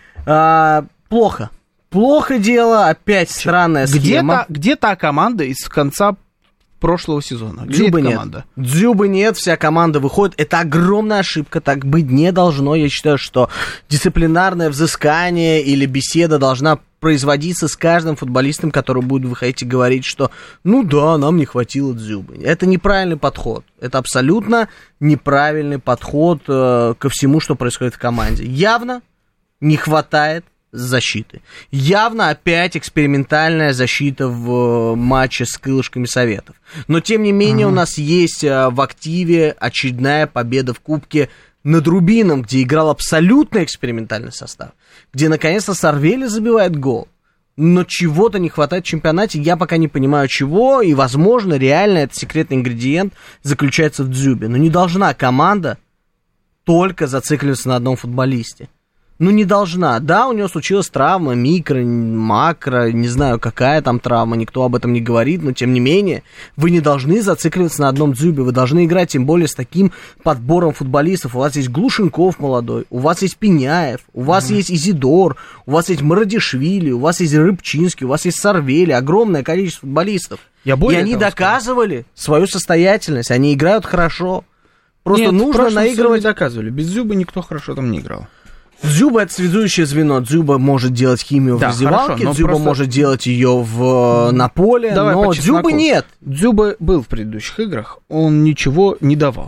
да. Плохо. Плохо дело, опять странная схема. Где та команда из конца прошлого сезона? Где Дзюбы эта нет. команда? Дзюбы нет, вся команда выходит. Это огромная ошибка, так быть не должно. Я считаю, что дисциплинарное взыскание или беседа должна производиться с каждым футболистом, который будет выходить и говорить, что ну да, нам не хватило Дзюбы. Это неправильный подход. Это абсолютно неправильный подход ко всему, что происходит в команде. Явно не хватает защиты. Явно опять экспериментальная защита в матче с крылышками Советов. Но, тем не менее, у нас есть в активе очередная победа в Кубке над Рубином, где играл абсолютно экспериментальный состав, где, наконец-то, Сарвели забивает гол. Но чего-то не хватает в чемпионате, я пока не понимаю чего, и, возможно, реально этот секретный ингредиент заключается в Дзюбе. Но не должна команда только зацикливаться на одном футболисте. Ну, не должна. Да, у него случилась травма, микро, макро, не знаю, какая там травма, никто об этом не говорит, но, тем не менее, вы не должны зацикливаться на одном Дзюбе, вы должны играть, тем более, с таким подбором футболистов. У вас есть Глушенков молодой, у вас есть Пеняев, у вас есть Изидор, у вас есть Марадишвили, у вас есть Рыбчинский, у вас есть Сарвели, огромное количество футболистов. И они доказывали свою состоятельность, они играют хорошо. Просто нужно наигрывать... доказывали, без Дзюбы никто хорошо там не играл. Дзюба — это связующее звено. Дзюба может делать химию в раздевалке, Дзюба может делать ее на поле, но Дзюбы нет. Дзюба был в предыдущих играх, он ничего не давал.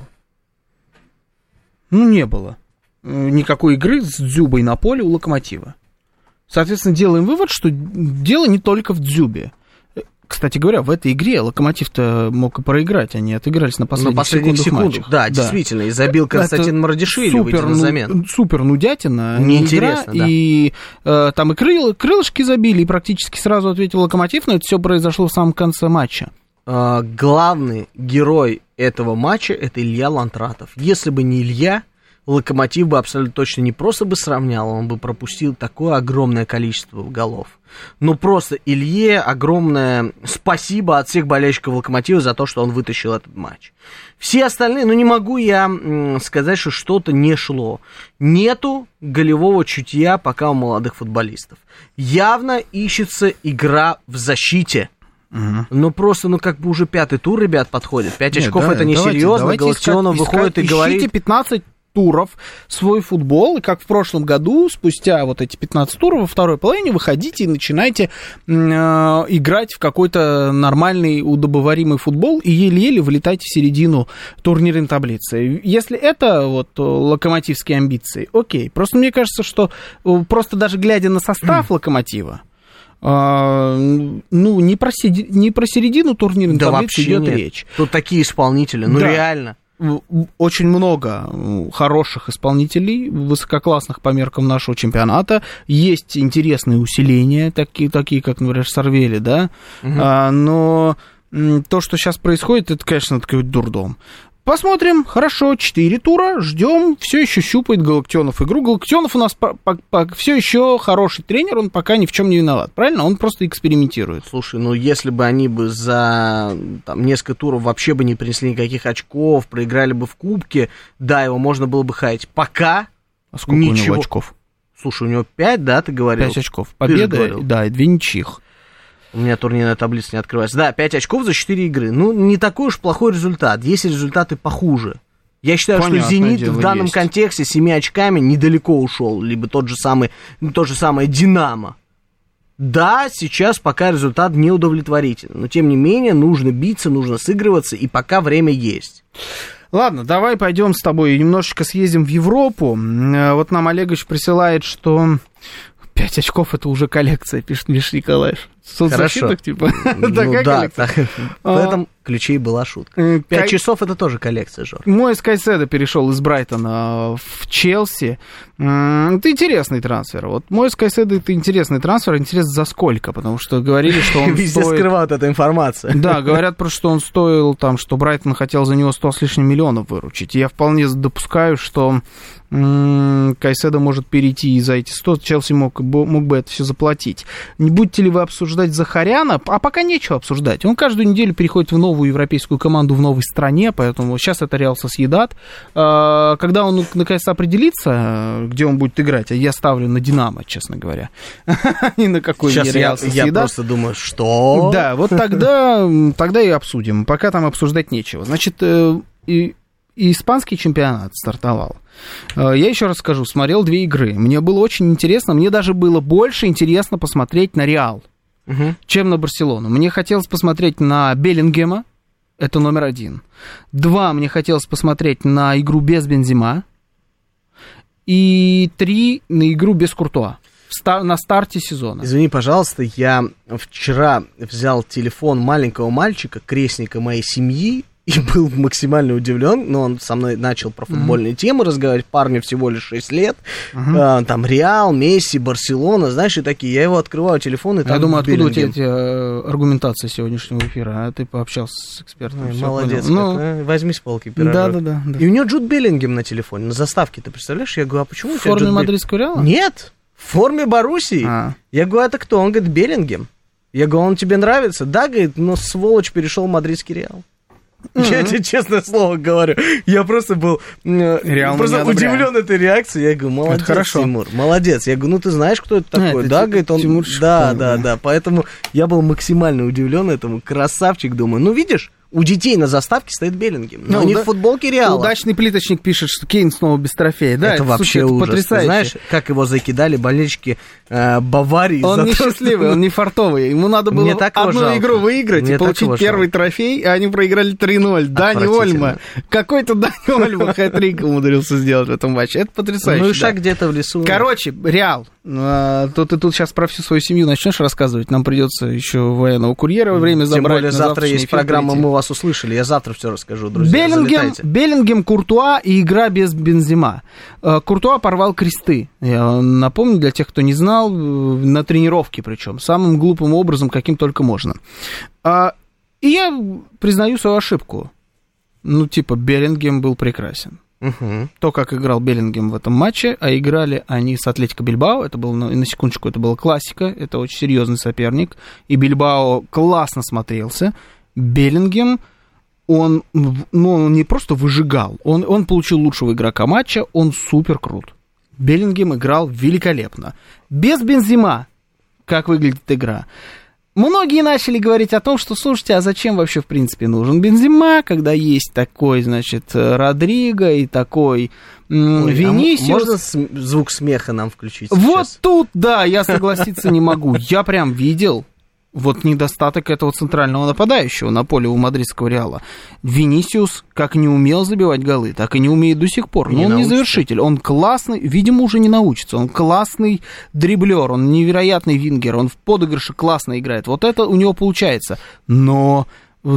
Ну, не было никакой игры с Дзюбой на поле у Локомотива. Соответственно, делаем вывод, что дело не только в Дзюбе. Кстати говоря, в этой игре Локомотив-то мог и проиграть, они отыгрались на последних секундах. Да, действительно, и забил Константин Марадишвили, выйдя на замену. Супер нудятина. Неинтересно, игра, да. И там и крылышки забили, и практически сразу ответил Локомотив, но это все произошло в самом конце матча. Главный герой этого матча — это Илья Лантратов. Если бы не Илья, Локомотив бы абсолютно точно не просто бы сравнял, он бы пропустил такое огромное количество голов. Ну, просто Илье огромное спасибо от всех болельщиков Локомотива за то, что он вытащил этот матч. Все остальные, ну, не могу я сказать, что что-то не шло. Нету голевого чутья пока у молодых футболистов. Явно ищется игра в защите. Но просто, как бы уже 5-й тур, ребят, подходит. 5 очков это несерьезно. Галактионов выходит и говорит... Ищите 15 туров свой футбол, и как в прошлом году, спустя вот эти 15 туров во второй половине, выходите и начинайте играть в какой-то нормальный, удобоваримый футбол и еле-еле вылетайте в середину турнирной таблицы. Если это вот локомотивские амбиции, окей. Просто мне кажется, что просто даже глядя на состав Локомотива, не про середину турнирной таблицы идет речь. Тут такие исполнители, реально. Очень много хороших исполнителей, высококлассных по меркам нашего чемпионата. Есть интересные усиления, такие как, например, Сарвели, да. Но то, что сейчас происходит, это, конечно, такой дурдом. Посмотрим, хорошо, 4 тура, ждем, все еще щупает Галактионов игру. Галактионов у нас все еще хороший тренер, он пока ни в чем не виноват, правильно? Он просто экспериментирует. Слушай, если бы они бы за несколько туров вообще бы не принесли никаких очков, проиграли бы в Кубке, да, его можно было бы хаять. Пока а сколько ничего. У него очков? Слушай, у него 5, да, ты говорил? 5 очков, победа, да, и 2 ничьих. У меня турнирная таблица не открывается. Да, 5 очков за 4 игры. Не такой уж плохой результат. Есть результаты похуже. Я считаю, что «Зенит» в данном контексте 7 очками недалеко ушел. Либо то же самое «Динамо». Да, сейчас пока результат неудовлетворительный. Но, тем не менее, нужно биться, нужно сыгрываться, и пока время есть. Ладно, давай пойдем с тобой немножечко съездим в Европу. Вот нам Олегович присылает, что... 5 очков — это уже коллекция, пишет Миша Николаев. Соцзащитных, типа. Такая коллекция. В этом ключе и была шутка. 5 часов — это тоже коллекция, Жор. Мой Кайседо перешел из Брайтона в Челси. Это интересный трансфер. Вот мой Кайседо — это интересный трансфер. Интересно, за сколько? Потому что говорили, что он везде скрывают эту информацию. Да, говорят просто, что он стоил, там, что Брайтон хотел за него 100 с лишним миллионов выручить. Я вполне допускаю, что Кайседо может перейти, и за эти 100 Челси мог бы это все заплатить. Не будете ли вы обсуждать Захаряна? А пока нечего обсуждать. Он каждую неделю переходит в новую европейскую команду в новой стране, поэтому сейчас это Реал Сосьедад. Когда он наконец определится, где он будет играть, я ставлю на Динамо, честно говоря. Ни на какой сейчас Реал Сосьедад. Я просто думаю, что? Да, вот тогда и обсудим. Пока там обсуждать нечего. Значит, и испанский чемпионат стартовал. Я еще раз скажу, смотрел 2 игры. Мне было очень интересно, мне даже было больше интересно посмотреть на Реал, чем на Барселону. Мне хотелось посмотреть на Беллингема, это номер 1. 2, мне хотелось посмотреть на игру без Бензема. И 3, на игру без Куртуа. На старте сезона. Извини, пожалуйста, я вчера взял телефон маленького мальчика, крестника моей семьи, и был максимально удивлен, но он со мной начал про футбольные темы разговаривать, парню всего лишь 6 лет, там Реал, Месси, Барселона, знаешь, и такие, я его открываю телефон, и там я думаю, откуда Беллингем. у тебя эти аргументации сегодняшнего эфира, а ты пообщался с экспертом. Молодец, возьми с полки пирожок. Да. И у него Джуд Беллингем на телефоне, на заставке, ты представляешь? Я говорю, а почему у тебя в форме мадридского Реала? Нет, в форме Боруссии. Я говорю, это кто? Он говорит, Беллингем. Я говорю, он тебе нравится? Да, говорит, но сволочь перешел в мадридский Реал. Я тебе честное слово говорю, я просто был просто удивлен этой реакцией. Я говорю, молодец, Тимур, молодец. Я говорю, ну ты знаешь, кто это такой? Да, говорит он. Да. Поэтому я был максимально удивлен этому. Красавчик, думаю. Ну видишь, у детей на заставке стоит Беллингем, но не в футболке Реала. Удачный плиточник пишет, что Кейн снова без трофея. Да, это вообще ужас. Потрясающе. Знаешь, как его закидали болельщики Баварии. Он не счастливый, он не фартовый. Ему надо было одну игру выиграть и получить первый трофей, а они проиграли 3-0. Дани Ольмо. Какой-то Дани Ольмо хэт-трик умудрился сделать в этом матче. Это потрясающе. Ну и шаг где-то в лесу. Короче, Реал. То ты тут сейчас про всю свою семью начнешь рассказывать. Нам придется еще военного курьера время забрать. Тем более завтра есть программа «Мы вас услышали». Я завтра все расскажу, друзья. Беллингем, Куртуа и игра без Бензема. Куртуа порвал кресты. Я напомню, для тех, кто не знал, на тренировке причем. Самым глупым образом, каким только можно. И я признаю свою ошибку. Беллингем был прекрасен. То, как играл Беллингем в этом матче, а играли они с Атлетико Бильбао, это было, на секундочку, это была классика, это очень серьезный соперник, и Бильбао классно смотрелся. Беллингем, он не просто выжигал, он получил лучшего игрока матча, он супер крут. Беллингем играл великолепно. Без Бензема, как выглядит игра. Многие начали говорить о том, что, слушайте, а зачем вообще, в принципе, нужен Бензема, когда есть такой, Родриго и такой Винисиус. А можно звук смеха нам включить вот сейчас? Тут, да, я согласиться не могу. Я прям видел недостаток этого центрального нападающего на поле у мадридского Реала. Винисиус как не умел забивать голы, так и не умеет до сих пор. Но он не завершитель, он классный, видимо, уже не научится. Он классный дриблер, он невероятный вингер, он в подыгрыше классно играет. Вот это у него получается. Но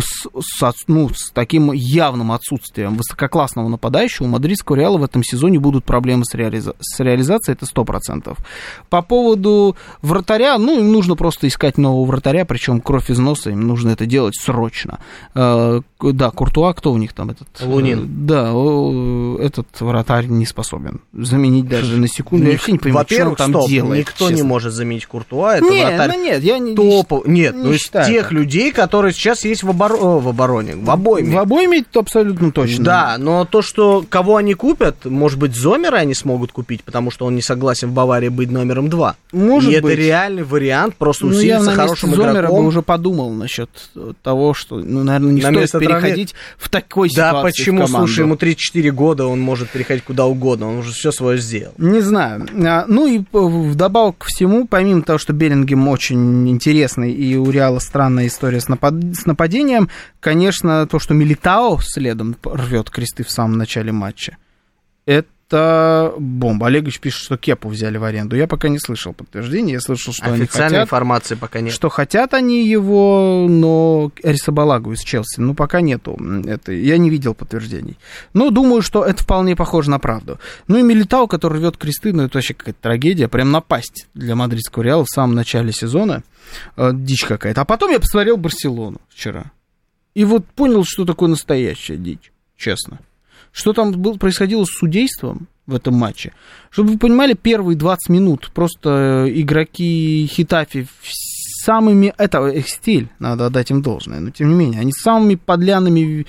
с таким явным отсутствием высококлассного нападающего у мадридского Реала в этом сезоне будут проблемы с реализацией, это 100%. По поводу вратаря, им нужно просто искать нового вратаря, причем кровь из носа, им нужно это делать срочно. Да, Куртуа, кто у них там этот? Лунин. Да, этот вратарь не способен заменить даже на секунду. Я вообще не понимаю, что он там делает. Никто не может заменить Куртуа, это вратарь топов. Нет, из тех людей, которые сейчас есть в обороне, в обойме. В обойме абсолютно точно. Да, но то, что кого они купят, может быть, Зомера они смогут купить, потому что он не согласен в Баварии быть номером 2. Может быть. Это реальный вариант, просто усилиться хорошим игроком. Зомера бы уже подумал насчет того, что, наверное, не стоит переходить в такой ситуации. Да, почему? Слушай, ему 34 года, он может переходить куда угодно, он уже все свое сделал. Не знаю. И вдобавок ко всему, помимо того, что Беллингем очень интересный, и у Реала странная история с нападением, конечно, то, что Милитао следом рвет кресты в самом начале матча, это это бомба. Олегович пишет, что Кепу взяли в аренду. Я пока не слышал подтверждения. Я слышал, что они хотят. Официальной информации пока нет. Что хотят они его, но Арисабалагу из Челси. Ну, пока нету. Это, я не видел подтверждений. Но думаю, что это вполне похоже на правду. Ну и Милитао, который рвет кресты, ну это вообще какая-то трагедия. Прям напасть для мадридского Реала в самом начале сезона. Дичь какая-то. А потом я посмотрел Барселону вчера. И вот понял, что такое настоящая дичь. Честно. Что там происходило с судейством в этом матче? Чтобы вы понимали, первые 20 минут просто игроки Хетафи самыми... Это их стиль, надо отдать им должное, но тем не менее, они самыми подлянными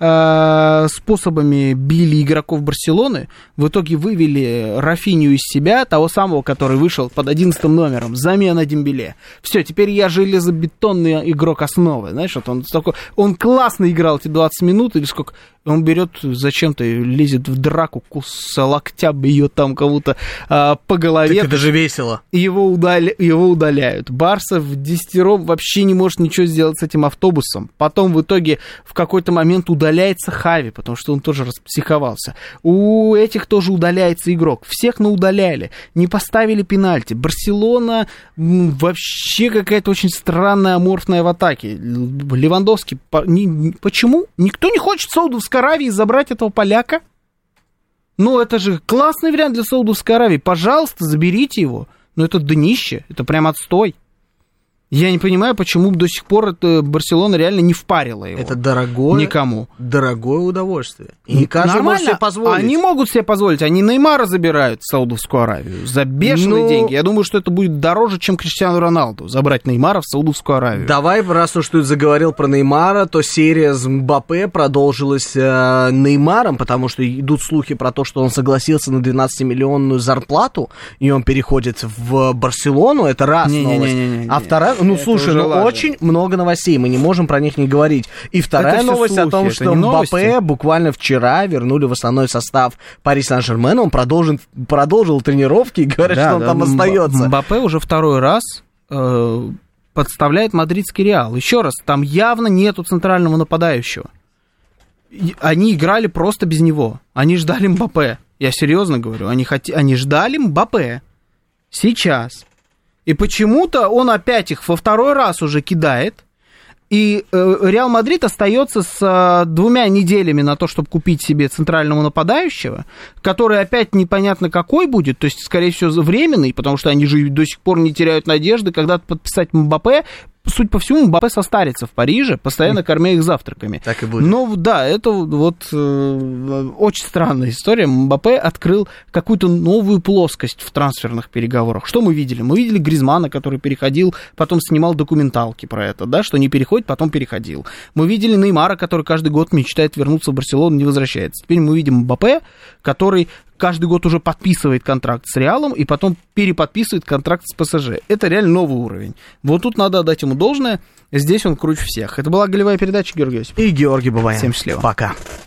способами били игроков Барселоны, в итоге вывели Рафинью из себя, того самого, который вышел под 11 номером, замена Дембеле. Все, теперь я железобетонный игрок основы, знаешь, вот он классно играл эти 20 минут, или сколько... Он берет зачем-то, лезет в драку, с локтя бьет там кого-то по голове. Так это же весело. Его удаляют. Барса в десятером вообще не может ничего сделать с этим автобусом. Потом в итоге в какой-то момент удаляется Хави, потому что он тоже распсиховался. У этих тоже удаляется игрок. Всех наудаляли. Не поставили пенальти. Барселона вообще какая-то очень странная, аморфная в атаке. Левандовский... Почему? Никто не хочет Саудовской Аравии забрать этого поляка? Ну, это же классный вариант для Саудовской Аравии. Пожалуйста, заберите его. Но это днище, это прям отстой. Я не понимаю, почему до сих пор это Барселона реально не впарила его. Это дорогое, никому. Дорогое удовольствие. И не каждый может себе позволить. Они могут себе позволить. Они Неймара забирают в Саудовскую Аравию за бешеные деньги. Я думаю, что это будет дороже, чем Криштиану Роналду забрать Неймара в Саудовскую Аравию. Давай, раз уж ты заговорил про Неймара, то серия с Мбаппе продолжилась Неймаром, потому что идут слухи про то, что он согласился на 12-миллионную зарплату, и он переходит в Барселону. Это раз новость. А вторая... Ну, слушай, очень много новостей, мы не можем про них не говорить. И вторая новость слухи, о том, что Мбаппе буквально вчера вернули в основной состав Пари Сен-Жермена, он продолжил тренировки и говорят, что он там остается. Мбаппе уже второй раз подставляет мадридский Реал. Еще раз, там явно нету центрального нападающего. Они играли просто без него. Они ждали Мбаппе. Я серьезно говорю, они ждали Мбаппе. Сейчас. И почему-то он опять их во второй раз уже кидает, и Реал Мадрид остается с 2 неделями на то, чтобы купить себе центрального нападающего, который опять непонятно какой будет, то есть, скорее всего, временный, потому что они же до сих пор не теряют надежды когда-то подписать Мбаппе. Судя по всему, Мбаппе состарится в Париже, постоянно кормя их завтраками. Так и будет. Но да, это вот очень странная история. Мбаппе открыл какую-то новую плоскость в трансферных переговорах. Что мы видели? Мы видели Гризмана, который переходил, потом снимал документалки про это, да, что не переходит, потом переходил. Мы видели Неймара, который каждый год мечтает вернуться в Барселону, не возвращается. Теперь мы видим Мбаппе, который каждый год уже подписывает контракт с Реалом и потом переподписывает контракт с ПСЖ. Это реально новый уровень. Вот тут надо отдать ему должное. Здесь он круче всех. Это была голевая передача, Георгий Осипов. И Георгий Бабаян. Всем счастливо. Пока.